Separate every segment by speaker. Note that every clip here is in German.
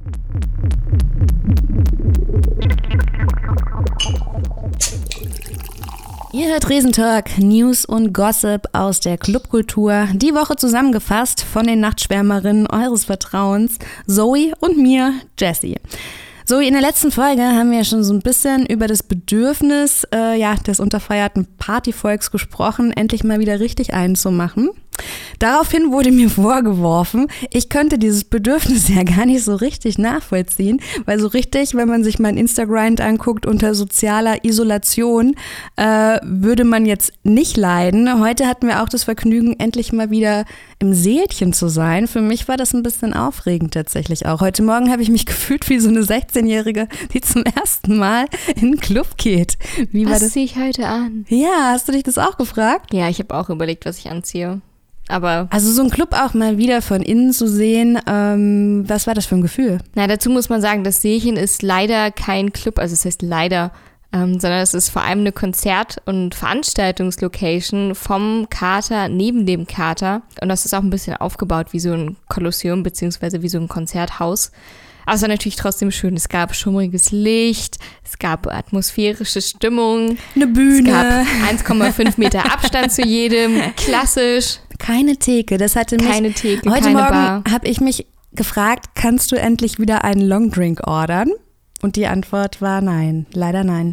Speaker 1: Ihr hört Resentalk, News und Gossip aus der Clubkultur. Die Woche zusammengefasst von den Nachtschwärmerinnen eures Vertrauens, Zoe und mir, Jessie. Zoe, in der letzten Folge haben wir schon so ein bisschen über das Bedürfnis des unterfeierten Partyvolks gesprochen, endlich mal wieder richtig einzumachen. Daraufhin wurde mir vorgeworfen, ich könnte dieses Bedürfnis ja gar nicht so richtig nachvollziehen, weil so richtig, wenn man sich mein Instagram anguckt, unter sozialer Isolation würde man jetzt nicht leiden. Heute hatten wir auch das Vergnügen, endlich mal wieder im Seelchen zu sein. Für mich war das ein bisschen aufregend tatsächlich auch. Heute Morgen habe ich mich gefühlt wie so eine 16-Jährige, die zum ersten Mal in den Club geht. Wie war das?
Speaker 2: Was ziehe ich heute an?
Speaker 1: Ja, hast du dich das auch gefragt?
Speaker 2: Ja, ich habe auch überlegt, was ich anziehe. Aber
Speaker 1: also so ein Club auch mal wieder von innen zu sehen, was war das für ein Gefühl?
Speaker 2: Na, dazu muss man sagen, das Seelchen ist leider kein Club, also es heißt leider, sondern es ist vor allem eine Konzert- und Veranstaltungslocation vom Kater neben dem Kater. Und das ist auch ein bisschen aufgebaut wie so ein Kolosseum beziehungsweise wie so ein Konzerthaus. Aber es war natürlich trotzdem schön. Es gab schummriges Licht, es gab atmosphärische Stimmung.
Speaker 1: Eine Bühne.
Speaker 2: Es gab 1,5 Meter Abstand zu jedem, klassisch.
Speaker 1: Keine Theke, das hatte mich.
Speaker 2: Keine Theke,
Speaker 1: heute
Speaker 2: keine
Speaker 1: Morgen
Speaker 2: Bar.
Speaker 1: Habe ich mich gefragt, kannst du endlich wieder einen Longdrink ordern? Und die Antwort war nein, leider nein.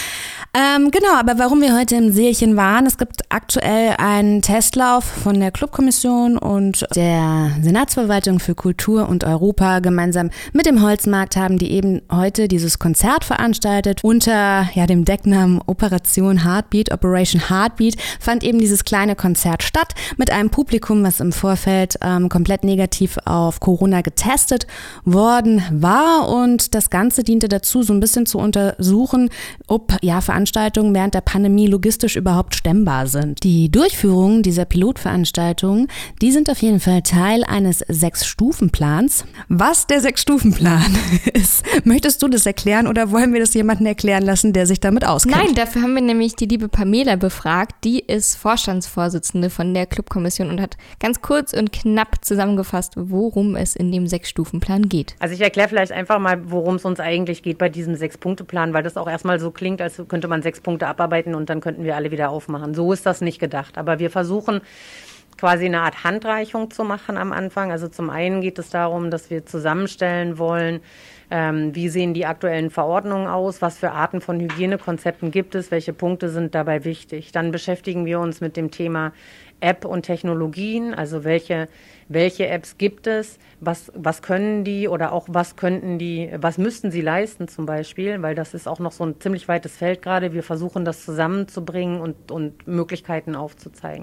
Speaker 1: Genau, aber warum wir heute im Seelchen waren, es gibt aktuell einen Testlauf von der Clubkommission und der Senatsverwaltung für Kultur und Europa. Gemeinsam mit dem Holzmarkt haben die eben heute dieses Konzert veranstaltet. Unter dem Decknamen Operation Heartbeat fand eben dieses kleine Konzert statt mit einem Publikum, was im Vorfeld komplett negativ auf Corona getestet worden war. Und das Ganze diente dazu, so ein bisschen zu untersuchen, ob Veranstaltungen während der Pandemie logistisch überhaupt stemmbar sind. Die Durchführung dieser Pilotveranstaltungen, die sind auf jeden Fall Teil eines 6-Stufen-Plans. Was der 6-Stufen-Plan ist, möchtest du das erklären oder wollen wir das jemanden erklären lassen, der sich damit auskennt?
Speaker 2: Nein, dafür haben wir nämlich die liebe Pamela befragt. Die ist Vorstandsvorsitzende von der Clubkommission und hat ganz kurz und knapp zusammengefasst, worum es in dem 6-Stufen-Plan geht.
Speaker 3: Also ich erkläre vielleicht einfach mal, worum es uns eigentlich geht bei diesem 6-Punkte-Plan, weil das auch erstmal so klingt, als könnte man 6 Punkte abarbeiten und dann könnten wir alle wieder aufmachen. So ist das nicht gedacht. Aber wir versuchen quasi eine Art Handreichung zu machen am Anfang. Also zum einen geht es darum, dass wir zusammenstellen wollen, wie sehen die aktuellen Verordnungen aus, was für Arten von Hygienekonzepten gibt es, welche Punkte sind dabei wichtig. Dann beschäftigen wir uns mit dem Thema App und Technologien, also welche Apps gibt es, was können die oder auch was müssten sie leisten zum Beispiel, weil das ist auch noch so ein ziemlich weites Feld gerade. Wir versuchen das zusammenzubringen und Möglichkeiten aufzuzeigen.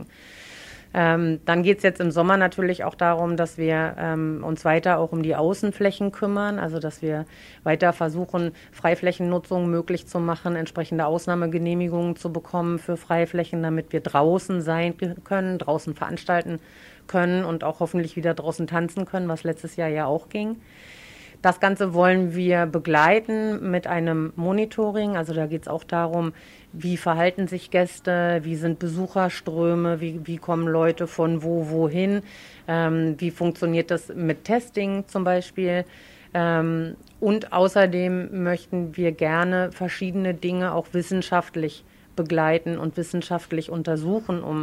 Speaker 3: Dann geht es jetzt im Sommer natürlich auch darum, dass wir uns weiter auch um die Außenflächen kümmern, also dass wir weiter versuchen, Freiflächennutzung möglich zu machen, entsprechende Ausnahmegenehmigungen zu bekommen für Freiflächen, damit wir draußen sein können, draußen veranstalten können und auch hoffentlich wieder draußen tanzen können, was letztes Jahr ja auch ging. Das Ganze wollen wir begleiten mit einem Monitoring. Also da geht es auch darum, wie verhalten sich Gäste, wie sind Besucherströme, wie kommen Leute von wohin, wie funktioniert das mit Testing zum Beispiel. Und außerdem möchten wir gerne verschiedene Dinge auch wissenschaftlich begleiten und wissenschaftlich untersuchen, um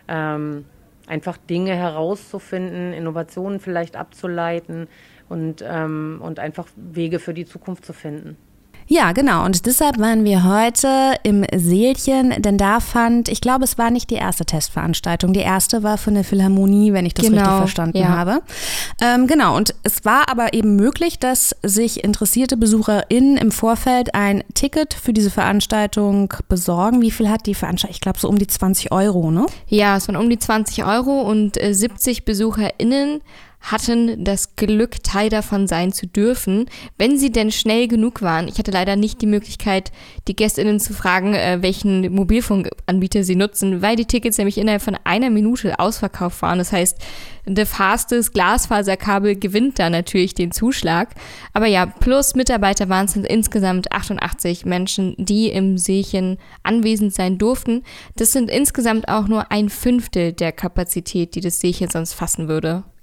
Speaker 3: einfach Dinge herauszufinden, Innovationen vielleicht abzuleiten und einfach Wege für die Zukunft zu finden.
Speaker 1: Ja, genau. Und deshalb waren wir heute im Seelchen, denn da ich glaube, es war nicht die erste Testveranstaltung. Die erste war von der Philharmonie, wenn ich das richtig verstanden habe. Genau. Und es war aber eben möglich, dass sich interessierte BesucherInnen im Vorfeld ein Ticket für diese Veranstaltung besorgen. Wie viel hat die Veranstaltung? Ich glaube, so um die 20 €, ne?
Speaker 2: Ja, es waren um die 20 € und 70 BesucherInnen hatten das Glück, Teil davon sein zu dürfen, wenn sie denn schnell genug waren. Ich hatte leider nicht die Möglichkeit, die GästInnen zu fragen, welchen Mobilfunkanbieter sie nutzen, weil die Tickets nämlich innerhalb von 1 Minute ausverkauft waren. Das heißt, the fastest Glasfaserkabel gewinnt da natürlich den Zuschlag. Aber ja, plus Mitarbeiter waren es insgesamt 88 Menschen, die im Seelchen anwesend sein durften. Das sind insgesamt auch nur 1/5 der Kapazität, die das Seelchen sonst fassen würde.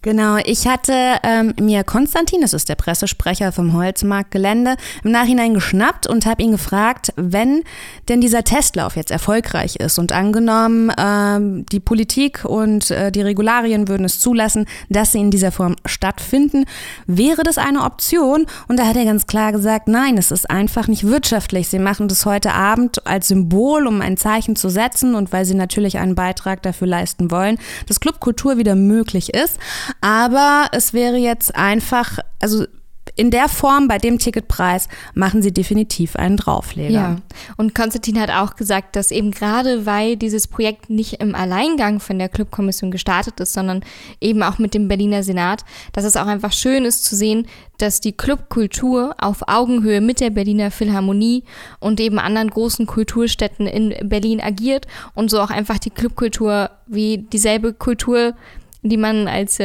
Speaker 1: Genau, ich hatte mir Konstantin, das ist der Pressesprecher vom Holzmarkt-Gelände, im Nachhinein geschnappt und habe ihn gefragt, wenn denn dieser Testlauf jetzt erfolgreich ist und angenommen, die Politik und die Regularien würden es zulassen, dass sie in dieser Form stattfinden, wäre das eine Option? Und da hat er ganz klar gesagt, nein, es ist einfach nicht wirtschaftlich. Sie machen das heute Abend als Symbol, um ein Zeichen zu setzen und weil sie natürlich einen Beitrag dafür leisten wollen, dass Clubkultur wieder möglich ist. Aber es wäre jetzt einfach, also in der Form, bei dem Ticketpreis, machen sie definitiv einen Draufleger.
Speaker 2: Ja, und Konstantin hat auch gesagt, dass eben gerade weil dieses Projekt nicht im Alleingang von der Clubkommission gestartet ist, sondern eben auch mit dem Berliner Senat, dass es auch einfach schön ist zu sehen, dass die Clubkultur auf Augenhöhe mit der Berliner Philharmonie und eben anderen großen Kulturstätten in Berlin agiert und so auch einfach die Clubkultur wie dieselbe Kultur, die man als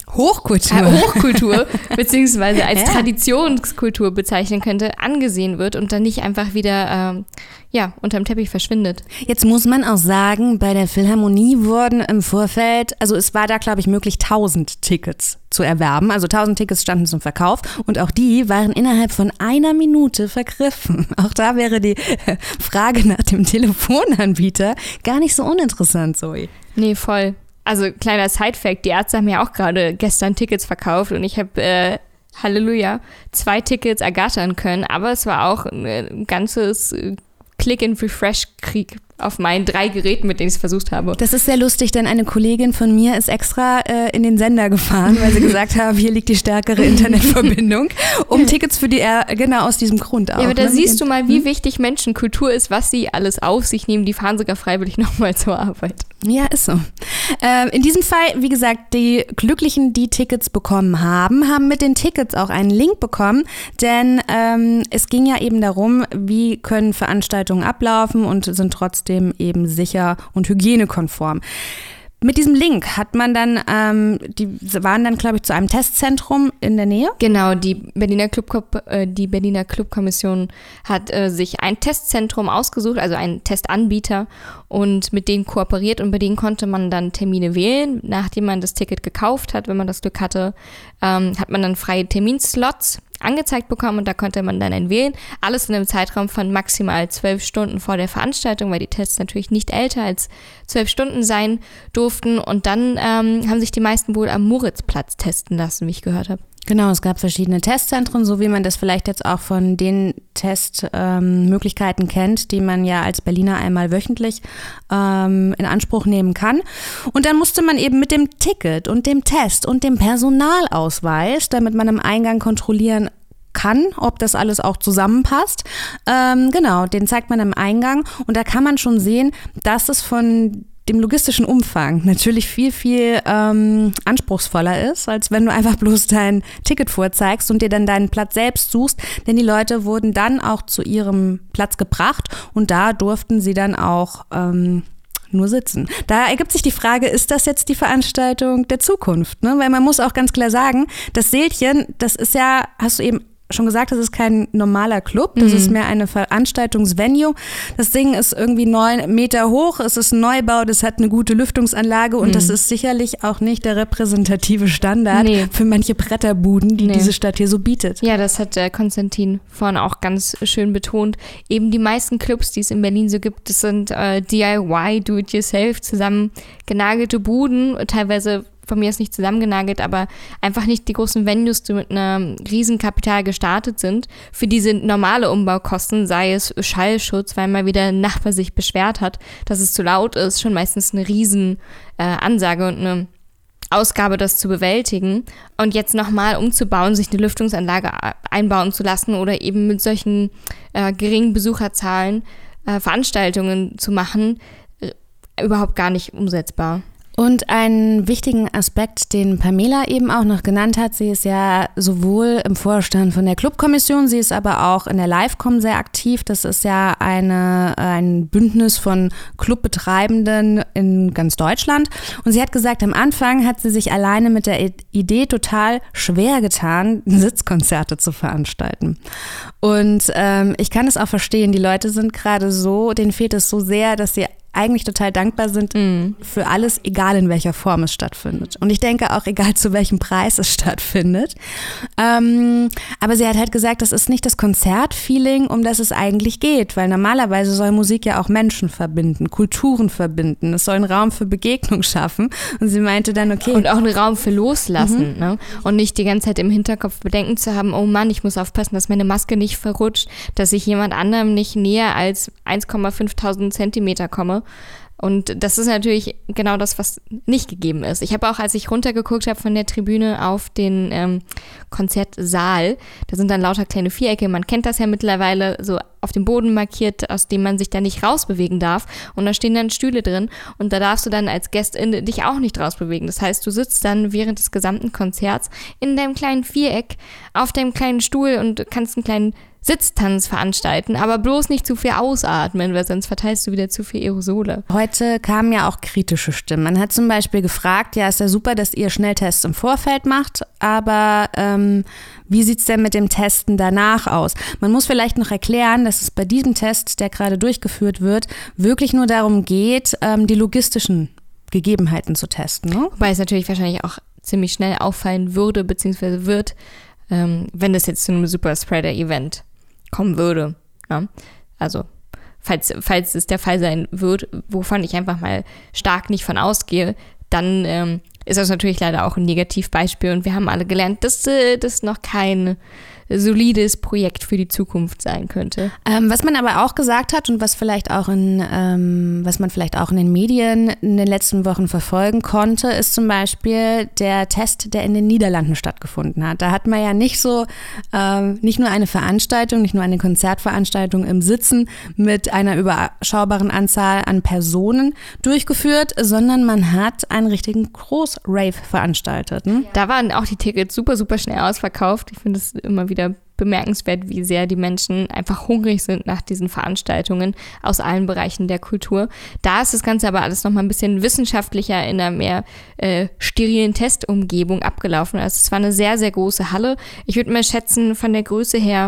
Speaker 2: Hochkultur beziehungsweise als Traditionskultur bezeichnen könnte, angesehen wird und dann nicht einfach wieder unterm Teppich verschwindet.
Speaker 1: Jetzt muss man auch sagen, bei der Philharmonie wurden im Vorfeld, also es war da, glaube ich, möglich, 1000 Tickets zu erwerben. Also 1000 Tickets standen zum Verkauf und auch die waren innerhalb von 1 Minute vergriffen. Auch da wäre die Frage nach dem Telefonanbieter gar nicht so uninteressant, Zoe.
Speaker 2: Nee, voll. Also kleiner Side-Fact, die Ärzte haben ja auch gerade gestern Tickets verkauft und ich habe, Halleluja, 2 Tickets ergattern können, aber es war auch ein ganzes Click-and-Refresh-Krieg auf meinen 3 Geräten, mit denen ich es versucht habe.
Speaker 1: Das ist sehr lustig, denn eine Kollegin von mir ist extra in den Sender gefahren, weil sie gesagt haben, hier liegt die stärkere Internetverbindung, um Tickets für die genau aus diesem Grund auch.
Speaker 2: Ja, aber da siehst du mal, wie wichtig Menschenkultur ist, was sie alles auf sich nehmen. Die fahren sogar freiwillig nochmal zur Arbeit.
Speaker 1: Ja, ist so. In diesem Fall, wie gesagt, die Glücklichen, die Tickets bekommen haben mit den Tickets auch einen Link bekommen, denn es ging ja eben darum, wie können Veranstaltungen ablaufen und sind trotzdem eben sicher und hygienekonform. Mit diesem Link hat man dann, die waren dann, glaube ich, zu einem Testzentrum in der Nähe.
Speaker 2: Genau, die Berliner Clubkommission hat sich ein Testzentrum ausgesucht, also einen Testanbieter und mit denen kooperiert und bei denen konnte man dann Termine wählen. Nachdem man das Ticket gekauft hat, wenn man das Glück hatte, hat man dann freie Terminslots angezeigt bekommen und da konnte man dann einen wählen. Alles in einem Zeitraum von maximal 12 Stunden vor der Veranstaltung, weil die Tests natürlich nicht älter als 12 Stunden sein durften. Und dann haben sich die meisten wohl am Moritzplatz testen lassen, wie ich gehört habe.
Speaker 1: Genau, es gab verschiedene Testzentren, so wie man das vielleicht jetzt auch von den Testmöglichkeiten kennt, die man ja als Berliner einmal wöchentlich in Anspruch nehmen kann. Und dann musste man eben mit dem Ticket und dem Test und dem Personalausweis, damit man im Eingang kontrollieren kann, ob das alles auch zusammenpasst. Genau, den zeigt man im Eingang und da kann man schon sehen, dass es von dem logistischen Umfang natürlich viel, viel anspruchsvoller ist, als wenn du einfach bloß dein Ticket vorzeigst und dir dann deinen Platz selbst suchst, denn die Leute wurden dann auch zu ihrem Platz gebracht und da durften sie dann auch nur sitzen. Da ergibt sich die Frage, ist das jetzt die Veranstaltung der Zukunft? Ne? Weil man muss auch ganz klar sagen, das Seelchen, das ist ja, hast du eben schon gesagt, das ist kein normaler Club, das ist mehr eine Veranstaltungsvenue. Das Ding ist irgendwie 9 Meter hoch, es ist ein Neubau, das hat eine gute Lüftungsanlage und das ist sicherlich auch nicht der repräsentative Standard für manche Bretterbuden, die diese Stadt hier so bietet.
Speaker 2: Ja, das hat Konstantin vorhin auch ganz schön betont. Eben die meisten Clubs, die es in Berlin so gibt, das sind DIY, Do-it-yourself, zusammengenagelte Buden, teilweise von mir ist nicht zusammengenagelt, aber einfach nicht die großen Venues, die mit einem Riesenkapital gestartet sind. Für diese normale Umbaukosten, sei es Schallschutz, weil mal wieder ein Nachbar sich beschwert hat, dass es zu laut ist, schon meistens eine riesen Ansage und eine Ausgabe, das zu bewältigen. Und jetzt nochmal umzubauen, sich eine Lüftungsanlage einbauen zu lassen oder eben mit solchen geringen Besucherzahlen Veranstaltungen zu machen, überhaupt gar nicht umsetzbar.
Speaker 1: Und einen wichtigen Aspekt, den Pamela eben auch noch genannt hat, sie ist ja sowohl im Vorstand von der Clubkommission, sie ist aber auch in der Livecom sehr aktiv. Das ist ja ein Bündnis von Clubbetreibenden in ganz Deutschland. Und sie hat gesagt, am Anfang hat sie sich alleine mit der Idee total schwer getan, Sitzkonzerte zu veranstalten. Und ich kann es auch verstehen, die Leute sind gerade so, denen fehlt es so sehr, dass sie eigentlich total dankbar sind für alles, egal in welcher Form es stattfindet. Und ich denke auch, egal zu welchem Preis es stattfindet. Aber sie hat halt gesagt, das ist nicht das Konzertfeeling, um das es eigentlich geht, weil normalerweise soll Musik ja auch Menschen verbinden, Kulturen verbinden. Es soll einen Raum für Begegnung schaffen. Und sie meinte dann, okay.
Speaker 2: Und auch einen Raum für Loslassen, ne? Und nicht die ganze Zeit im Hinterkopf Bedenken zu haben, oh Mann, ich muss aufpassen, dass meine Maske nicht verrutscht, dass ich jemand anderem nicht näher als 1,5 Zentimeter komme. Und das ist natürlich genau das, was nicht gegeben ist. Ich habe auch, als ich runtergeguckt habe von der Tribüne auf den Konzertsaal, da sind dann lauter kleine Vierecke, man kennt das ja mittlerweile, so auf dem Boden markiert, aus dem man sich da nicht rausbewegen darf. Und da stehen dann Stühle drin und da darfst du dann als Gästin dich auch nicht rausbewegen. Das heißt, du sitzt dann während des gesamten Konzerts in deinem kleinen Viereck auf deinem kleinen Stuhl und kannst einen kleinen Sitztanz veranstalten, aber bloß nicht zu viel ausatmen, weil sonst verteilst du wieder zu viel Aerosole.
Speaker 1: Heute kamen ja auch kritische Stimmen. Man hat zum Beispiel gefragt, ja, ist ja super, dass ihr Schnelltests im Vorfeld macht, aber wie sieht es denn mit dem Testen danach aus? Man muss vielleicht noch erklären, dass es bei diesem Test, der gerade durchgeführt wird, wirklich nur darum geht, die logistischen Gegebenheiten zu testen. Ne?
Speaker 2: Wobei es natürlich wahrscheinlich auch ziemlich schnell auffallen würde, beziehungsweise wird, wenn das jetzt zu einem Superspreader-Event kommen würde. Ja? Also falls es der Fall sein wird, wovon ich einfach mal stark nicht von ausgehe, dann ist das natürlich leider auch ein Negativbeispiel und wir haben alle gelernt, dass das noch kein solides Projekt für die Zukunft sein könnte.
Speaker 1: Was man aber auch gesagt hat und was man vielleicht auch in den Medien in den letzten Wochen verfolgen konnte, ist zum Beispiel der Test, der in den Niederlanden stattgefunden hat. Da hat man ja nicht nur eine Veranstaltung, nicht nur eine Konzertveranstaltung im Sitzen mit einer überschaubaren Anzahl an Personen durchgeführt, sondern man hat einen richtigen Groß-Rave veranstaltet. Ne?
Speaker 2: Da waren auch die Tickets super, super schnell ausverkauft. Ich finde es immer wieder bemerkenswert, wie sehr die Menschen einfach hungrig sind nach diesen Veranstaltungen aus allen Bereichen der Kultur. Da ist das Ganze aber alles nochmal ein bisschen wissenschaftlicher in einer mehr sterilen Testumgebung abgelaufen. Also es war eine sehr, sehr große Halle. Ich würde mal schätzen, von der Größe her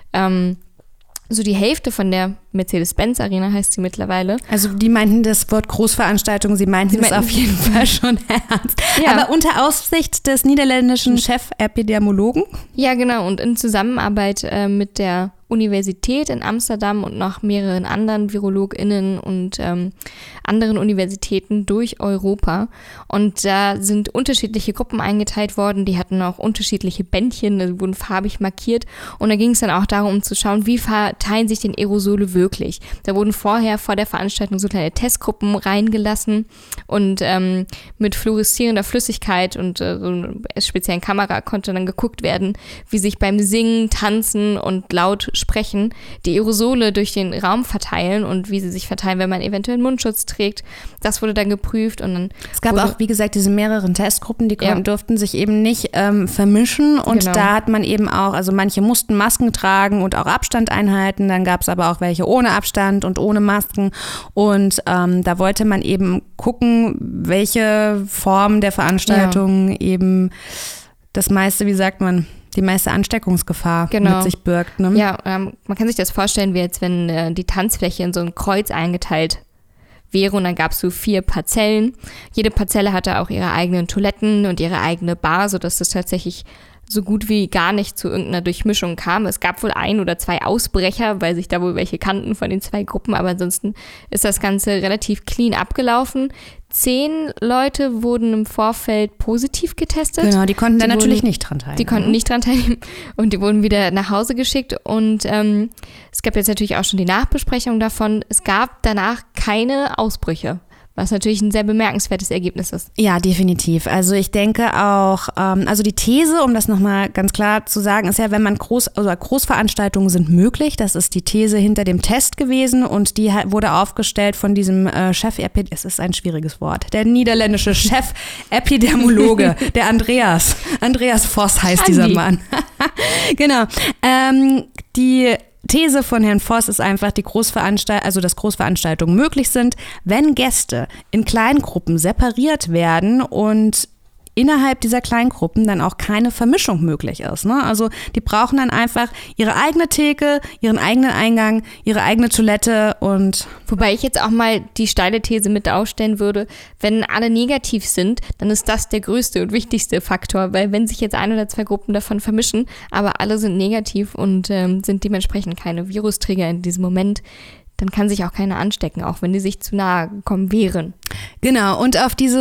Speaker 2: so die Hälfte von der Mercedes-Benz Arena heißt sie mittlerweile.
Speaker 1: Also die meinten das Wort Großveranstaltung, sie meinten es auf jeden Fall schon ernst. Ja. Aber unter Aufsicht des niederländischen Chefepidemiologen?
Speaker 2: Ja, genau. Und in Zusammenarbeit mit der Universität in Amsterdam und noch mehreren anderen VirologInnen und anderen Universitäten durch Europa. Und da sind unterschiedliche Gruppen eingeteilt worden, die hatten auch unterschiedliche Bändchen, die wurden farbig markiert. Und da ging es dann auch darum, zu schauen, wie verteilen sich denn Aerosole wirklich. Da wurden vor der Veranstaltung so kleine Testgruppen reingelassen und mit fluoreszierender Flüssigkeit und so einer speziellen Kamera konnte dann geguckt werden, wie sich beim Singen, Tanzen und laut Sprechen die Aerosole durch den Raum verteilen und wie sie sich verteilen, wenn man eventuell einen Mundschutz trägt. Das wurde dann geprüft und dann
Speaker 1: es gab auch, wie gesagt, diese mehreren Testgruppen, die durften sich eben nicht vermischen und da hat man eben auch, also manche mussten Masken tragen und auch Abstand einhalten, dann gab es aber auch welche ohne Abstand und ohne Masken und da wollte man eben gucken, welche Form der Veranstaltung eben das meiste, wie sagt man, die meiste Ansteckungsgefahr mit sich birgt. Ne?
Speaker 2: Ja, man kann sich das vorstellen, wie jetzt, wenn die Tanzfläche in so ein Kreuz eingeteilt wäre und dann gab es so 4 Parzellen. Jede Parzelle hatte auch ihre eigenen Toiletten und ihre eigene Bar, sodass das tatsächlich so gut wie gar nicht zu irgendeiner Durchmischung kam. Es gab wohl 1 oder 2 Ausbrecher, weil sich da wohl welche kannten von den 2 Gruppen, aber ansonsten ist das Ganze relativ clean abgelaufen. 10 Leute wurden im Vorfeld positiv getestet.
Speaker 1: Genau, die konnten dann natürlich nicht dran teilnehmen.
Speaker 2: Die konnten nicht dran teilnehmen und die wurden wieder nach Hause geschickt und es gab jetzt natürlich auch schon die Nachbesprechung davon. Es gab danach keine Ausbrüche. Was natürlich ein sehr bemerkenswertes Ergebnis ist.
Speaker 1: Ja, definitiv. Also ich denke auch, also die These, um das nochmal ganz klar zu sagen, ist ja, wenn man Großveranstaltungen sind möglich, das ist die These hinter dem Test gewesen und die wurde aufgestellt von diesem es ist ein schwieriges Wort, der niederländische Chefepidemiologe, der Andreas Voss heißt dieser Mann. Genau. Die These von Herrn Voss ist einfach, dass Großveranstaltungen möglich sind, wenn Gäste in Kleingruppen separiert werden und innerhalb dieser Kleingruppen dann auch keine Vermischung möglich ist. Ne? Also die brauchen dann einfach ihre eigene Theke, ihren eigenen Eingang, ihre eigene Toilette und...
Speaker 2: Wobei ich jetzt auch mal die steile These mit aufstellen würde, wenn alle negativ sind, dann ist das der größte und wichtigste Faktor, weil wenn sich jetzt 1 oder 2 Gruppen davon vermischen, aber alle sind negativ und sind dementsprechend keine Virusträger in diesem Moment, dann kann sich auch keiner anstecken, auch wenn die sich zu nahe gekommen wären.
Speaker 1: Genau, und auf die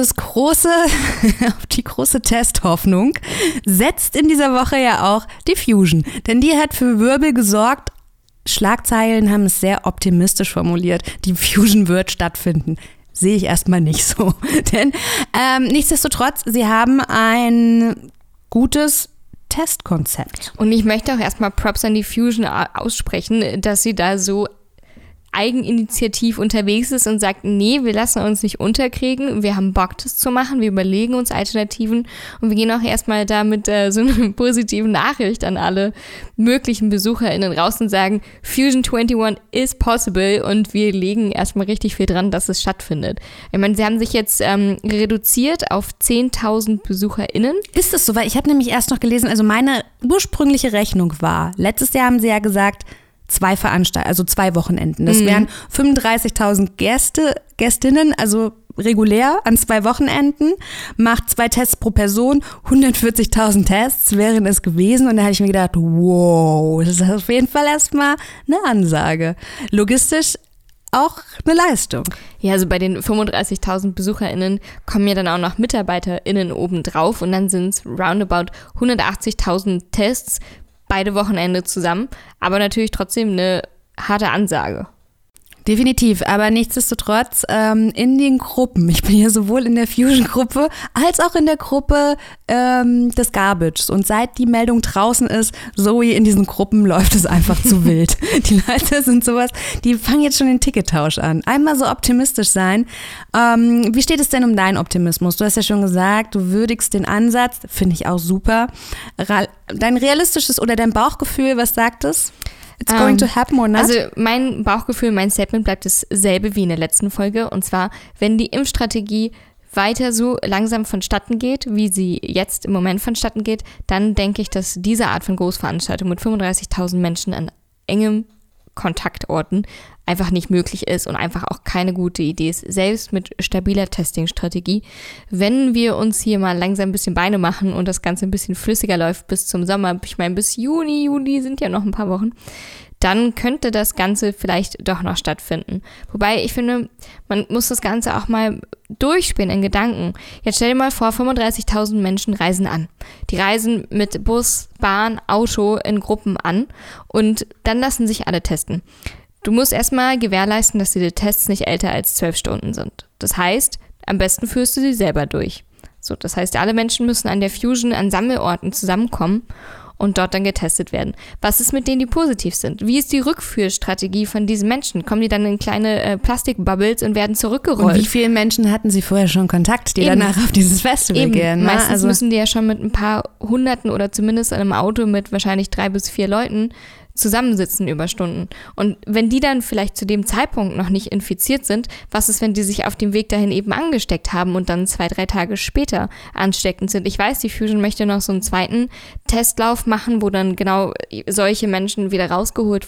Speaker 1: große Testhoffnung setzt in dieser Woche ja auch die Fusion. Denn die hat für Wirbel gesorgt. Schlagzeilen haben es sehr optimistisch formuliert. Die Fusion wird stattfinden. Sehe ich erstmal nicht so. Denn nichtsdestotrotz, sie haben ein gutes Testkonzept.
Speaker 2: Und ich möchte auch erstmal Props an die Fusion aussprechen, dass sie da so eigeninitiativ unterwegs ist und sagt, nee, wir lassen uns nicht unterkriegen, wir haben Bock, das zu machen, wir überlegen uns Alternativen und wir gehen auch erstmal da mit so einer positiven Nachricht an alle möglichen BesucherInnen raus und sagen, Fusion 21 is possible und wir legen erstmal richtig viel dran, dass es stattfindet. Ich meine, sie haben sich jetzt reduziert auf 10.000 BesucherInnen.
Speaker 1: Ist es so? Weil ich habe nämlich erst noch gelesen, also meine ursprüngliche Rechnung war, letztes Jahr haben sie ja gesagt, 2 Veranstaltungen, also 2 Wochenenden. Das wären 35.000 Gästinnen, also regulär an 2 Wochenenden, macht 2 Tests pro Person, 140.000 Tests wären es gewesen. Und da habe ich mir gedacht, wow, das ist auf jeden Fall erstmal eine Ansage. Logistisch auch eine Leistung.
Speaker 2: Ja, also bei den 35.000 BesucherInnen kommen ja dann auch noch MitarbeiterInnen obendrauf und dann sind es roundabout 180.000 Tests beide Wochenende zusammen, aber natürlich trotzdem eine harte Ansage.
Speaker 1: Definitiv, aber nichtsdestotrotz in den Gruppen, ich bin ja sowohl in der Fusion-Gruppe als auch in der Gruppe des Garbages und seit die Meldung draußen ist, Zoe, in diesen Gruppen läuft es einfach zu wild. Die Leute sind sowas, die fangen jetzt schon den Tickettausch an. Einmal so optimistisch sein. Wie steht es denn um deinen Optimismus? Du hast ja schon gesagt, du würdigst den Ansatz, finde ich auch super. Dein realistisches oder dein Bauchgefühl, was sagt es? It's going to happen or not?
Speaker 2: Also mein Bauchgefühl, mein Statement bleibt dasselbe wie in der letzten Folge. Und zwar, wenn die Impfstrategie weiter so langsam vonstatten geht, wie sie jetzt im Moment vonstatten geht, dann denke ich, dass diese Art von Großveranstaltung mit 35.000 Menschen an engem Kontaktorten einfach nicht möglich ist und einfach auch keine gute Idee ist, selbst mit stabiler Testing-Strategie. Wenn wir uns hier mal langsam ein bisschen Beine machen und das Ganze ein bisschen flüssiger läuft bis zum Sommer, ich meine bis Juni sind ja noch ein paar Wochen, dann könnte das Ganze vielleicht doch noch stattfinden. Wobei ich finde, man muss das Ganze auch mal durchspielen in Gedanken. Jetzt stell dir mal vor, 35.000 Menschen reisen an. Die reisen mit Bus, Bahn, Auto in Gruppen an und dann lassen sich alle testen. Du musst erstmal gewährleisten, dass diese Tests nicht älter als 12 Stunden sind. Das heißt, am besten führst du sie selber durch. So, das heißt, alle Menschen müssen an der Fusion an Sammelorten zusammenkommen und dort dann getestet werden. Was ist mit denen, die positiv sind? Wie ist die Rückführstrategie von diesen Menschen? Kommen die dann in kleine Plastikbubbles und werden zurückgerollt?
Speaker 1: Und wie viele Menschen hatten sie vorher schon Kontakt, die danach auf dieses Festival gehen? Ne?
Speaker 2: Meistens müssen die ja schon mit ein paar Hunderten oder zumindest in einem Auto mit wahrscheinlich 3 bis 4 Leuten zusammensitzen über Stunden. Und wenn die dann vielleicht zu dem Zeitpunkt noch nicht infiziert sind, was ist, wenn die sich auf dem Weg dahin eben angesteckt haben und dann 2-3 Tage später ansteckend sind? Ich weiß, die Fusion möchte noch so einen zweiten Testlauf machen, wo dann genau solche Menschen wieder rausgeholt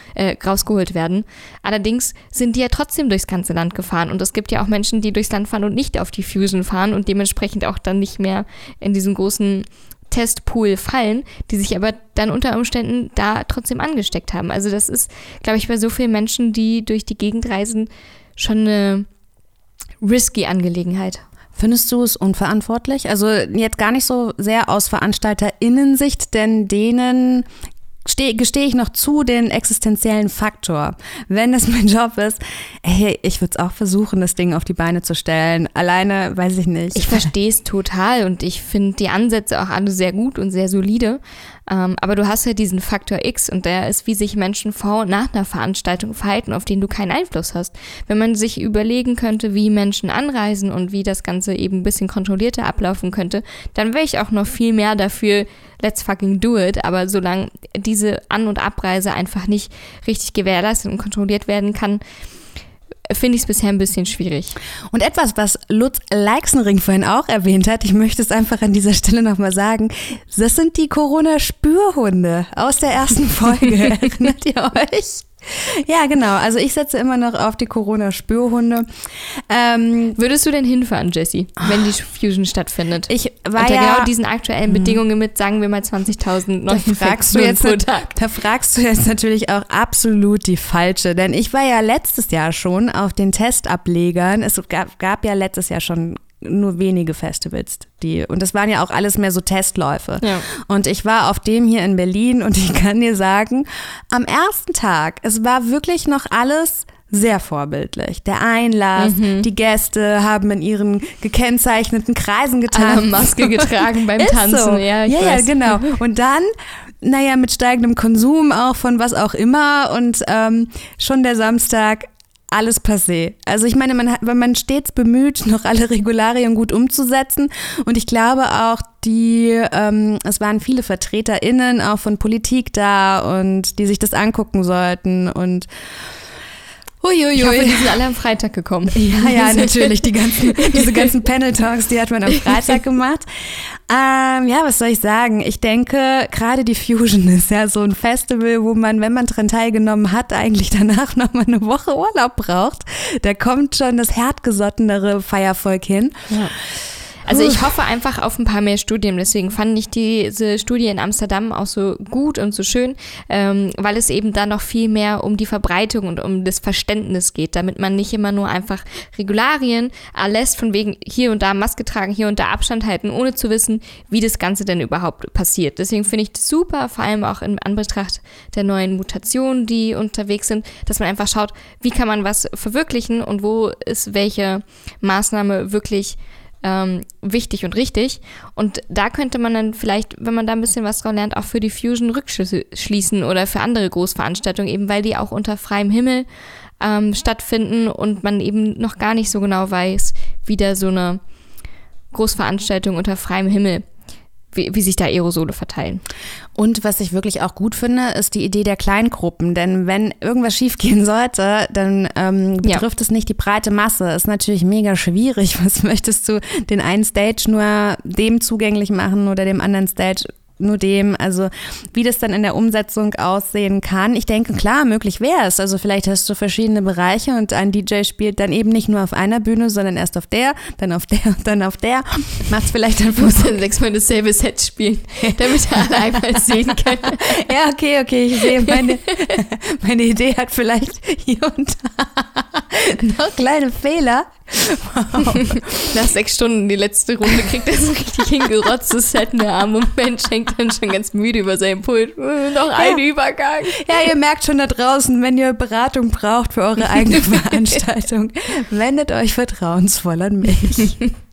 Speaker 2: werden. Allerdings sind die ja trotzdem durchs ganze Land gefahren und es gibt ja auch Menschen, die durchs Land fahren und nicht auf die Fusion fahren und dementsprechend auch dann nicht mehr in diesen großen Testpool fallen, die sich aber dann unter Umständen da trotzdem angesteckt haben. Also das ist, glaube ich, bei so vielen Menschen, die durch die Gegend reisen, schon eine risky Angelegenheit.
Speaker 1: Findest du es unverantwortlich? Also jetzt gar nicht so sehr aus VeranstalterInnen-Sicht, denn denen gestehe ich noch zu den existenziellen Faktor. Wenn das mein Job ist, ich würde es auch versuchen, das Ding auf die Beine zu stellen. Alleine, weiß ich nicht.
Speaker 2: Ich verstehe es total und ich finde die Ansätze auch alle sehr gut und sehr solide. Aber du hast ja diesen Faktor X und der ist, wie sich Menschen vor und nach einer Veranstaltung verhalten, auf den du keinen Einfluss hast. Wenn man sich überlegen könnte, wie Menschen anreisen und wie das Ganze eben ein bisschen kontrollierter ablaufen könnte, dann wäre ich auch noch viel mehr dafür, let's fucking do it. Aber solange diese An- und Abreise einfach nicht richtig gewährleistet und kontrolliert werden kann, finde ich es bisher ein bisschen schwierig.
Speaker 1: Und etwas, was Lutz Leixenring vorhin auch erwähnt hat, ich möchte es einfach an dieser Stelle nochmal sagen, das sind die Corona-Spürhunde aus der ersten Folge. Erinnert ihr euch? Ja, genau. Also ich setze immer noch auf die Corona-Spürhunde.
Speaker 2: Würdest du denn hinfahren, Jessie, wenn die Fusion stattfindet?
Speaker 1: Ich war
Speaker 2: unter
Speaker 1: ja
Speaker 2: genau diesen aktuellen Bedingungen mit, sagen wir mal, 20.000 Neuinfektionen pro Tag.
Speaker 1: Da fragst du jetzt natürlich auch absolut die falsche, denn ich war ja letztes Jahr schon auf den Testablegern. Es gab ja letztes Jahr schon nur wenige Festivals, und das waren ja auch alles mehr so Testläufe. Ja. Und ich war auf dem hier in Berlin und ich kann dir sagen, am ersten Tag, es war wirklich noch alles sehr vorbildlich. Der Einlass, die Gäste haben in ihren gekennzeichneten Kreisen getanzt.
Speaker 2: Alle haben Maske getragen beim Tanzen.
Speaker 1: So.
Speaker 2: Ja, ich weiß.
Speaker 1: Genau. Und dann, mit steigendem Konsum auch von was auch immer und schon der Samstag, alles passé. Also ich meine, man stets bemüht, noch alle Regularien gut umzusetzen und ich glaube auch, es waren viele VertreterInnen auch von Politik da und die sich das angucken sollten und
Speaker 2: Ich hoffe, die sind alle am Freitag gekommen.
Speaker 1: Ja, natürlich. Diese ganzen Panel-Talks, die hat man am Freitag gemacht. Was soll ich sagen? Ich denke, gerade die Fusion ist ja so ein Festival, wo man, wenn man dran teilgenommen hat, eigentlich danach nochmal eine Woche Urlaub braucht. Da kommt schon das härtgesottenere Feiervolk hin.
Speaker 2: Ja. Also ich hoffe einfach auf ein paar mehr Studien, deswegen fand ich diese Studie in Amsterdam auch so gut und so schön, weil es eben da noch viel mehr um die Verbreitung und um das Verständnis geht, damit man nicht immer nur einfach Regularien erlässt, von wegen hier und da Maske tragen, hier und da Abstand halten, ohne zu wissen, wie das Ganze denn überhaupt passiert. Deswegen finde ich das super, vor allem auch in Anbetracht der neuen Mutationen, die unterwegs sind, dass man einfach schaut, wie kann man was verwirklichen und wo ist welche Maßnahme wirklich wichtig und richtig. Und da könnte man dann vielleicht, wenn man da ein bisschen was draus lernt, auch für die Fusion Rückschlüsse schließen oder für andere Großveranstaltungen, eben weil die auch unter freiem Himmel stattfinden und man eben noch gar nicht so genau weiß, wie da so eine Großveranstaltung unter freiem Himmel, wie sich da Aerosole verteilen.
Speaker 1: Und was ich wirklich auch gut finde, ist die Idee der Kleingruppen. Denn wenn irgendwas schiefgehen sollte, dann betrifft es nicht die breite Masse. Ist natürlich mega schwierig. Was möchtest du den einen Stage nur dem zugänglich machen oder dem anderen Stage nur dem? Also wie das dann in der Umsetzung aussehen kann. Ich denke, klar, möglich wäre es. Also vielleicht hast du verschiedene Bereiche und ein DJ spielt dann eben nicht nur auf einer Bühne, sondern erst auf der, dann auf der und dann auf der. Macht's vielleicht dann
Speaker 2: muss dann 6-mal dasselbe Set spielen, damit alle einmal sehen können.
Speaker 1: Ja, okay, ich sehe, meine Idee hat vielleicht hier und da noch kleine Fehler.
Speaker 2: Wow. Nach 6 Stunden die letzte Runde kriegt er so richtig hingerotztes Set in der Arm und Mensch hängt dann schon ganz müde über seinem Pult. Noch ein Übergang.
Speaker 1: Ja, ihr merkt schon da draußen, wenn ihr Beratung braucht für eure eigene Veranstaltung, wendet euch vertrauensvoll an mich.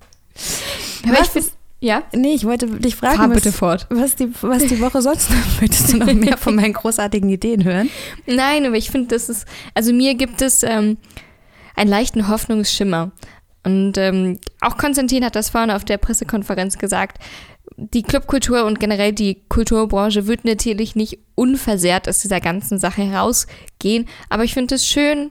Speaker 2: Aber ich finde, ja?
Speaker 1: Nee, ich wollte dich fragen, was die Woche sonst noch, möchtest du noch mehr von meinen großartigen Ideen hören?
Speaker 2: Nein, aber ich finde, mir gibt es einen leichten Hoffnungsschimmer. Und auch Konstantin hat das vorhin auf der Pressekonferenz gesagt, die Clubkultur und generell die Kulturbranche wird natürlich nicht unversehrt aus dieser ganzen Sache herausgehen, aber ich finde es schön,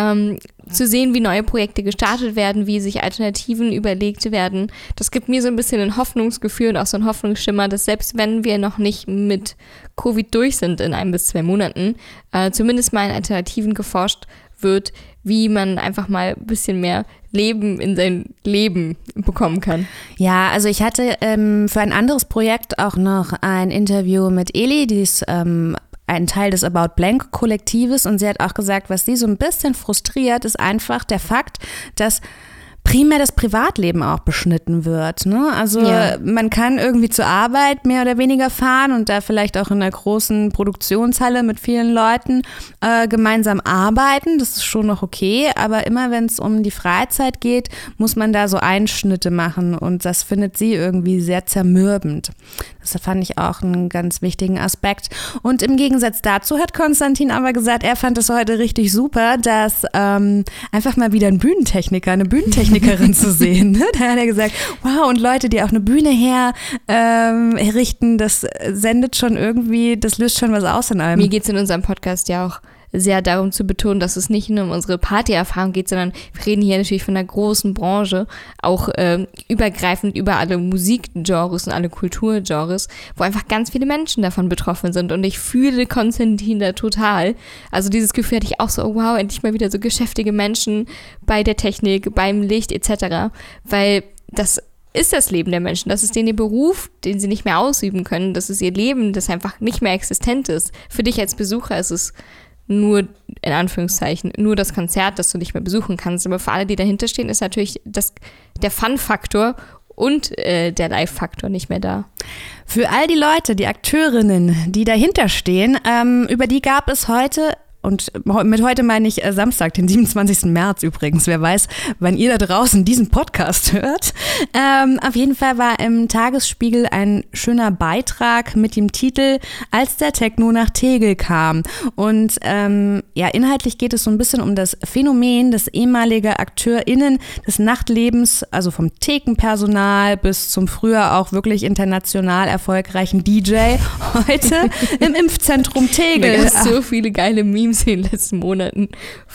Speaker 2: zu sehen, wie neue Projekte gestartet werden, wie sich Alternativen überlegt werden. Das gibt mir so ein bisschen ein Hoffnungsgefühl und auch so ein Hoffnungsschimmer, dass selbst wenn wir noch nicht mit Covid durch sind in 1 bis 2 Monaten, zumindest mal in Alternativen geforscht wird, wie man einfach mal ein bisschen mehr Leben in sein Leben bekommen kann.
Speaker 1: Ja, also ich hatte für ein anderes Projekt auch noch ein Interview mit Eli, die ist ein Teil des About Blank Kollektives und sie hat auch gesagt, was sie so ein bisschen frustriert, ist einfach der Fakt, dass primär das Privatleben auch beschnitten wird. Ne? Also man kann irgendwie zur Arbeit mehr oder weniger fahren und da vielleicht auch in einer großen Produktionshalle mit vielen Leuten gemeinsam arbeiten. Das ist schon noch okay, aber immer wenn es um die Freizeit geht, muss man da so Einschnitte machen und das findet sie irgendwie sehr zermürbend. Das fand ich auch einen ganz wichtigen Aspekt. Und im Gegensatz dazu hat Konstantin aber gesagt, er fand es heute richtig super, dass einfach mal wieder ein Bühnentechniker, eine Bühnentechnikerin zu sehen. Ne? Da hat er gesagt, wow, und Leute, die auch eine Bühne herrichten, das sendet schon irgendwie, das löst schon was aus in einem.
Speaker 2: Mir geht es in unserem Podcast ja auch sehr darum zu betonen, dass es nicht nur um unsere Partyerfahrung geht, sondern wir reden hier natürlich von einer großen Branche, auch übergreifend über alle Musikgenres und alle Kulturgenres, wo einfach ganz viele Menschen davon betroffen sind. Und ich fühle Konstantin da total. Also dieses Gefühl hatte ich auch so, oh wow, endlich mal wieder so geschäftige Menschen bei der Technik, beim Licht etc., weil das ist das Leben der Menschen, das ist denen ihr Beruf, den sie nicht mehr ausüben können, das ist ihr Leben, das einfach nicht mehr existent ist. Für dich als Besucher ist es nur, in Anführungszeichen, nur das Konzert, das du nicht mehr besuchen kannst, aber für alle, die dahinter stehen, ist natürlich der Fun-Faktor und der Live-Faktor nicht mehr da.
Speaker 1: Für all die Leute, die Akteurinnen, die dahinter stehen, über die gab es heute, und mit heute meine ich Samstag, den 27. März übrigens, wer weiß, wann ihr da draußen diesen Podcast hört. Auf jeden Fall war im Tagesspiegel ein schöner Beitrag mit dem Titel Als der Techno nach Tegel kam. Und inhaltlich geht es so ein bisschen um das Phänomen, dass ehemalige AkteurInnen des Nachtlebens, also vom Thekenpersonal bis zum früher auch wirklich international erfolgreichen DJ, heute im Impfzentrum Tegel.
Speaker 2: Es gibt so viele geile Memes in den letzten Monaten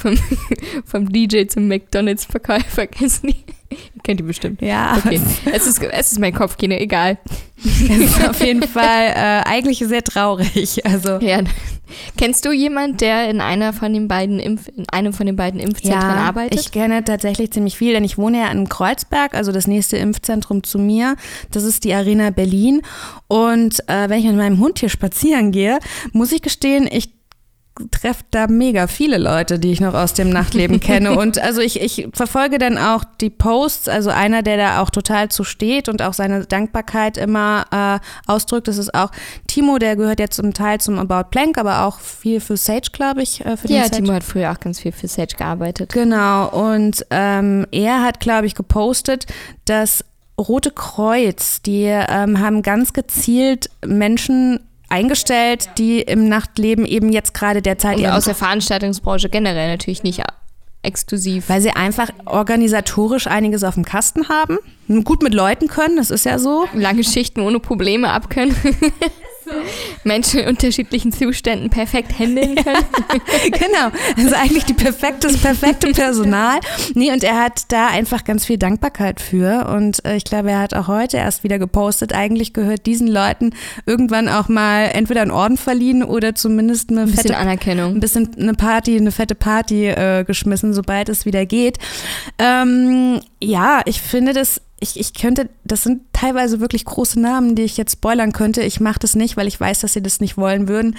Speaker 2: vom DJ zum McDonalds-Verkäufer. Kennst du die? Kennt ihr bestimmt.
Speaker 1: Ja.
Speaker 2: Okay. Es ist mein Kopfkino, egal.
Speaker 1: Es ist auf jeden Fall eigentlich sehr traurig. Also.
Speaker 2: Ja. Kennst du jemanden, der in einem von den beiden Impfzentren arbeitet?
Speaker 1: Ich kenne tatsächlich ziemlich viel, denn ich wohne ja in Kreuzberg, also das nächste Impfzentrum zu mir. Das ist die Arena Berlin. Und wenn ich mit meinem Hund hier spazieren gehe, muss ich gestehen, ich treffe da mega viele Leute, die ich noch aus dem Nachtleben kenne. Und also ich verfolge dann auch die Posts, also einer, der da auch total zu steht und auch seine Dankbarkeit immer ausdrückt, das ist auch Timo, der gehört jetzt zum Teil zum About Plank, aber auch viel für Sage, glaube ich.
Speaker 2: Ja, Timo hat früher auch ganz viel für Sage gearbeitet.
Speaker 1: Genau, und er hat, glaube ich, gepostet, dass Rote Kreuz, die haben ganz gezielt Menschen eingestellt, die im Nachtleben eben jetzt gerade derzeit...
Speaker 2: Und aus der Veranstaltungsbranche generell natürlich nicht exklusiv.
Speaker 1: Weil sie einfach organisatorisch einiges auf dem Kasten haben, gut mit Leuten können, das ist ja so.
Speaker 2: Lange Schichten ohne Probleme abkönnen. Menschen in unterschiedlichen Zuständen perfekt handeln können.
Speaker 1: Genau, also eigentlich das perfekte Personal. Nee, und er hat da einfach ganz viel Dankbarkeit für und ich glaube, er hat auch heute erst wieder gepostet, eigentlich gehört diesen Leuten irgendwann auch mal entweder einen Orden verliehen oder zumindest eine fette
Speaker 2: Anerkennung.
Speaker 1: Ein bisschen eine fette Party geschmissen, sobald es wieder geht. Ja, ich finde das das sind teilweise wirklich große Namen, die ich jetzt spoilern könnte. Ich mache das nicht, weil ich weiß, dass sie das nicht wollen würden.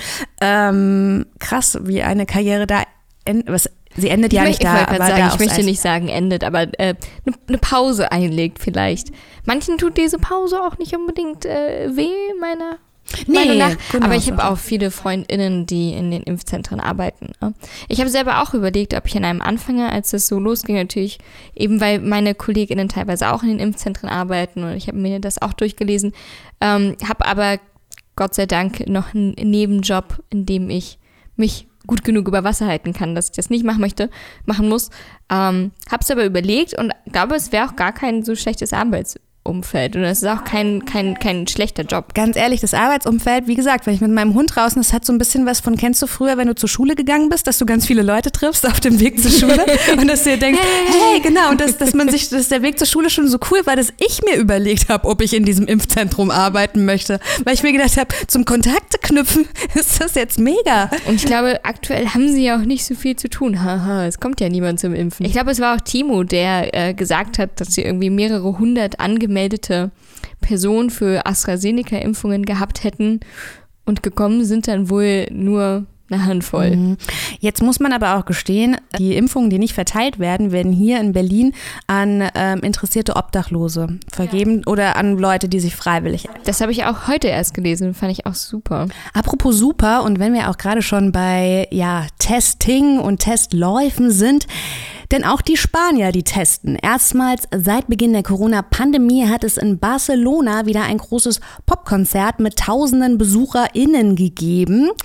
Speaker 1: Krass, wie eine Karriere da endet. Sie endet ja nicht da.
Speaker 2: Ich möchte nicht sagen endet, aber eine Pause einlegt vielleicht. Manchen tut diese Pause auch nicht unbedingt weh, meiner Meinung nach. Genau, aber ich habe auch viele FreundInnen, die in den Impfzentren arbeiten. Ich habe selber auch überlegt, ob ich an einem anfange, als das so losging, natürlich eben, weil meine KollegInnen teilweise auch in den Impfzentren arbeiten und ich habe mir das auch durchgelesen, habe aber Gott sei Dank noch einen Nebenjob, in dem ich mich gut genug über Wasser halten kann, dass ich das nicht machen muss. Habe es aber überlegt und glaube, es wäre auch gar kein so schlechtes Arbeitsumfeld und es ist auch kein schlechter Job.
Speaker 1: Ganz ehrlich, das Arbeitsumfeld, wie gesagt, wenn ich mit meinem Hund draußen, das hat so ein bisschen was von, kennst du früher, wenn du zur Schule gegangen bist, dass du ganz viele Leute triffst auf dem Weg zur Schule und dass du dir denkst, hey, genau, und dass der Weg zur Schule schon so cool war, dass ich mir überlegt habe, ob ich in diesem Impfzentrum arbeiten möchte, weil ich mir gedacht habe, zum Kontakte knüpfen ist das jetzt mega.
Speaker 2: Und ich glaube, aktuell haben sie ja auch nicht so viel zu tun. Haha, es kommt ja niemand zum Impfen. Ich glaube, es war auch Timo, der gesagt hat, dass sie irgendwie mehrere hundert angemeldete Personen für AstraZeneca-Impfungen gehabt hätten und gekommen sind dann wohl nur eine Handvoll.
Speaker 1: Jetzt muss man aber auch gestehen, die Impfungen, die nicht verteilt werden, werden hier in Berlin an interessierte Obdachlose vergeben oder an Leute, die sich freiwillig...
Speaker 2: Das habe ich auch heute erst gelesen, fand ich auch super.
Speaker 1: Apropos super, und wenn wir auch gerade schon bei Testing und Testläufen sind, denn auch die Spanier, die testen. Erstmals seit Beginn der Corona-Pandemie hat es in Barcelona wieder ein großes Popkonzert mit tausenden BesucherInnen gegeben.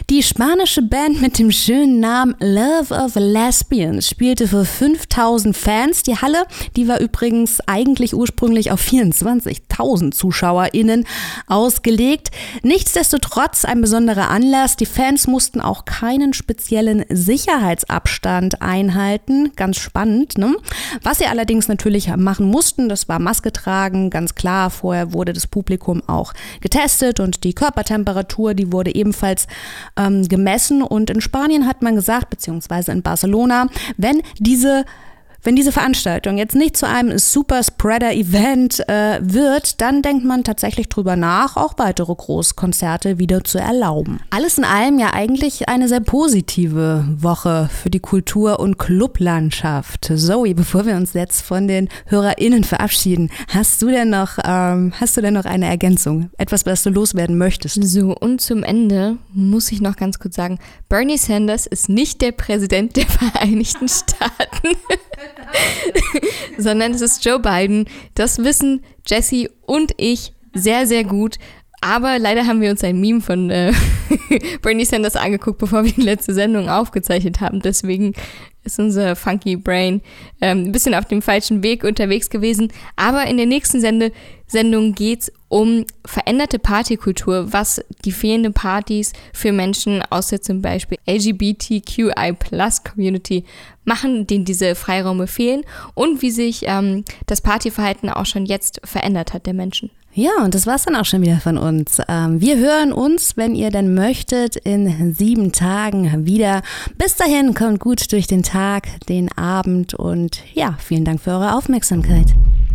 Speaker 1: Die spanische Band mit dem schönen Namen Love of Lesbians spielte für 5000 Fans. Die Halle, die war übrigens eigentlich ursprünglich auf 24.000 ZuschauerInnen ausgelegt. Nichtsdestotrotz ein besonderer Anlass. Die Fans mussten auch keinen speziellen Sicherheitsabstand einhalten. Ganz spannend, ne? Was sie allerdings natürlich machen mussten, das war Maske tragen, ganz klar. Vorher wurde das Publikum auch getestet und die Körpertemperatur, die wurde ebenfalls gemessen. Und in Spanien hat man gesagt, beziehungsweise in Barcelona, wenn diese Veranstaltung jetzt nicht zu einem Super-Spreader-Event wird, dann denkt man tatsächlich drüber nach, auch weitere Großkonzerte wieder zu erlauben. Alles in allem ja eigentlich eine sehr positive Woche für die Kultur- und Clublandschaft. Zoe, bevor wir uns jetzt von den HörerInnen verabschieden, hast du denn noch eine Ergänzung? Etwas, was du loswerden möchtest?
Speaker 2: So, und zum Ende muss ich noch ganz kurz sagen, Bernie Sanders ist nicht der Präsident der Vereinigten Staaten. Sondern es ist Joe Biden. Das wissen Jessie und ich sehr, sehr gut. Aber leider haben wir uns ein Meme von Bernie Sanders angeguckt, bevor wir die letzte Sendung aufgezeichnet haben. Deswegen ist unser Funky Brain ein bisschen auf dem falschen Weg unterwegs gewesen. Aber in der nächsten Sendung geht's um veränderte Partykultur, was die fehlenden Partys für Menschen aus der zum Beispiel LGBTQI+-Community machen, denen diese Freiräume fehlen und wie sich das Partyverhalten auch schon jetzt verändert hat der Menschen.
Speaker 1: Ja, und das war's dann auch schon wieder von uns. Wir hören uns, wenn ihr denn möchtet, in 7 Tagen wieder. Bis dahin, kommt gut durch den Tag, den Abend und ja, vielen Dank für eure Aufmerksamkeit.